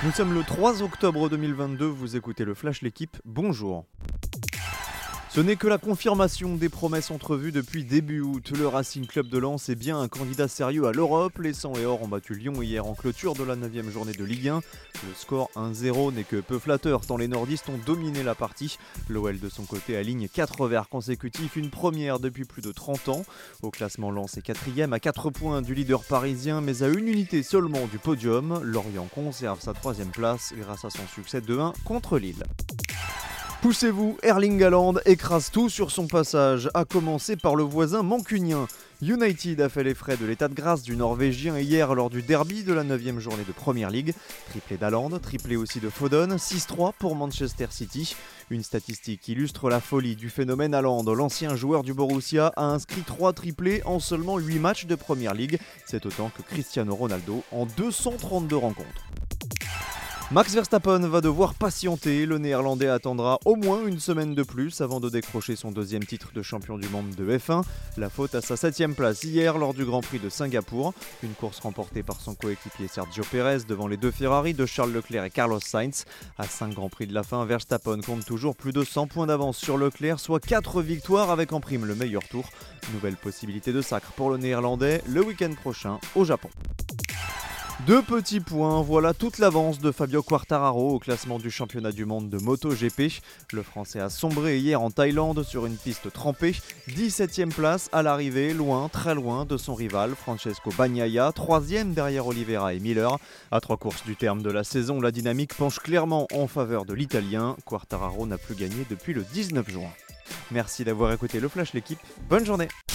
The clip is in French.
Nous sommes le 3 octobre 2022, vous écoutez le Flash L'équipe, bonjour. Ce n'est que la confirmation des promesses entrevues depuis début août. Le Racing Club de Lens est bien un candidat sérieux à l'Europe. Les 100 et Or ont battu Lyon hier en clôture de la 9e journée de Ligue 1. Le score 1-0 n'est que peu flatteur tant les nordistes ont dominé la partie. L'OL de son côté aligne 4 revers consécutifs, une première depuis plus de 30 ans. Au classement, Lens est 4e à 4 points du leader parisien, mais à une unité seulement du podium. Lorient conserve sa 3e place grâce à son succès 2-1 contre Lille. Poussez-vous, Erling Haaland écrase tout sur son passage, à commencer par le voisin mancunien. United a fait les frais de l'état de grâce du Norvégien hier lors du derby de la 9e journée de Premier League. Triplé d'Haaland, triplé aussi de Foden, 6-3 pour Manchester City. Une statistique qui illustre la folie du phénomène Haaland. L'ancien joueur du Borussia a inscrit 3 triplés en seulement 8 matchs de Premier League. C'est autant que Cristiano Ronaldo en 232 rencontres. Max Verstappen va devoir patienter, le Néerlandais attendra au moins une semaine de plus avant de décrocher son 2e titre de champion du monde de F1. La faute à sa 7e place hier lors du Grand Prix de Singapour, une course remportée par son coéquipier Sergio Pérez devant les 2 Ferrari de Charles Leclerc et Carlos Sainz. À 5 Grands Prix de la fin, Verstappen compte toujours plus de 100 points d'avance sur Leclerc, soit 4 victoires avec en prime le meilleur tour. Nouvelle possibilité de sacre pour le Néerlandais le week-end prochain au Japon. 2 petits points, voilà toute l'avance de Fabio Quartararo au classement du championnat du monde de MotoGP. Le Français a sombré hier en Thaïlande sur une piste trempée. 17e place à l'arrivée, loin, très loin de son rival Francesco Bagnaia, 3e derrière Oliveira et Miller. À 3 courses du terme de la saison, la dynamique penche clairement en faveur de l'Italien. Quartararo n'a plus gagné depuis le 19 juin. Merci d'avoir écouté le Flash L'équipe, bonne journée.